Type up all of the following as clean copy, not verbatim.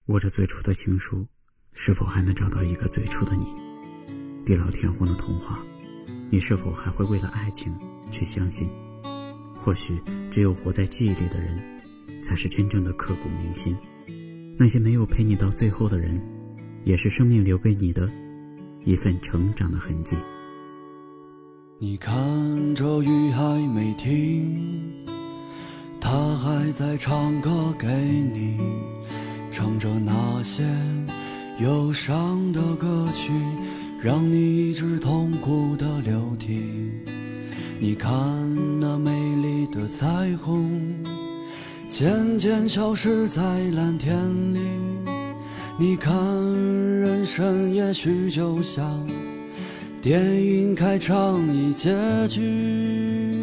握着最初的情书，是否还能找到一个最初的你？地老天荒的童话，你是否还会为了爱情去相信？或许只有活在记忆里的人，才是真正的刻骨铭心。那些没有陪你到最后的人，也是生命留给你的一份成长的痕迹。 你看着雨还没停，他还在唱歌给你，唱着那些忧伤的歌曲，让你一直痛苦的流涕。你看那美丽的彩虹渐渐消失在蓝天里，你看人生也许就像电影开场已结局。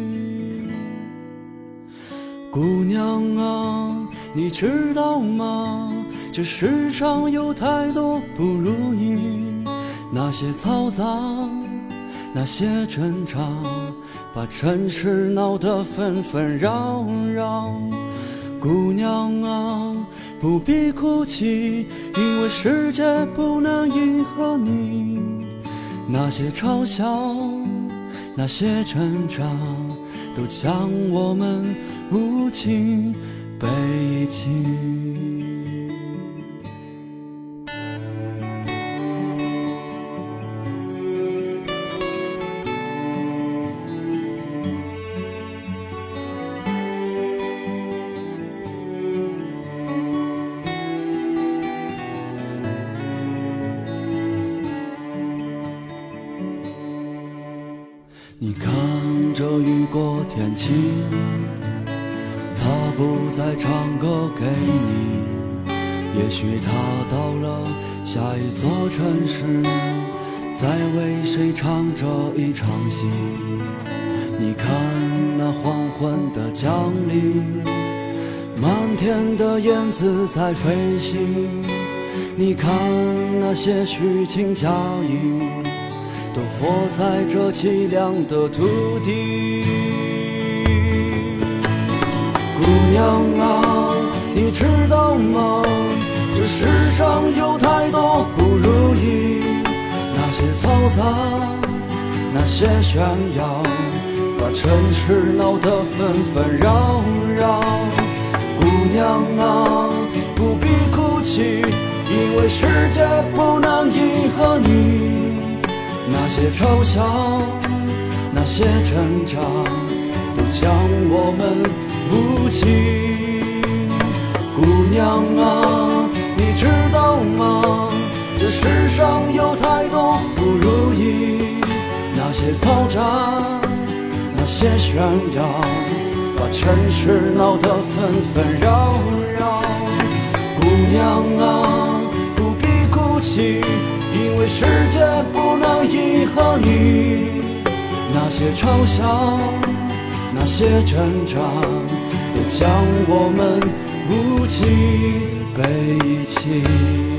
姑娘啊，你知道吗，这世上有太多不如意，那些嘈杂，那些挣扎，把城市闹得纷纷扰扰。姑娘啊，不必哭泣，因为世界不能迎合你。那些嘲笑，那些挣扎，都将我们无情背弃。你看着雨过天晴，他不再唱歌给你，也许他到了下一座城市，在为谁唱着一场戏。你看那黄昏的江里，满天的燕子在飞行，你看那些虚情假意，都活在这凄凉的土地。姑娘啊，你知道吗，这世上有太多不如意，那些嘈杂，那些炫耀，把城市闹得纷纷扰扰。姑娘啊，不必哭泣，因为世界不能迎合你。那些嘲笑，那些挣扎，都将我们无情。姑娘啊，你知道吗，这世上有太多不如意，那些嘈杂，那些炫耀，把城市闹得纷纷扰扰。姑娘啊，不必哭泣，因为世界不能迎合你。那些嘲笑，那些挣扎，都将我们无情背弃。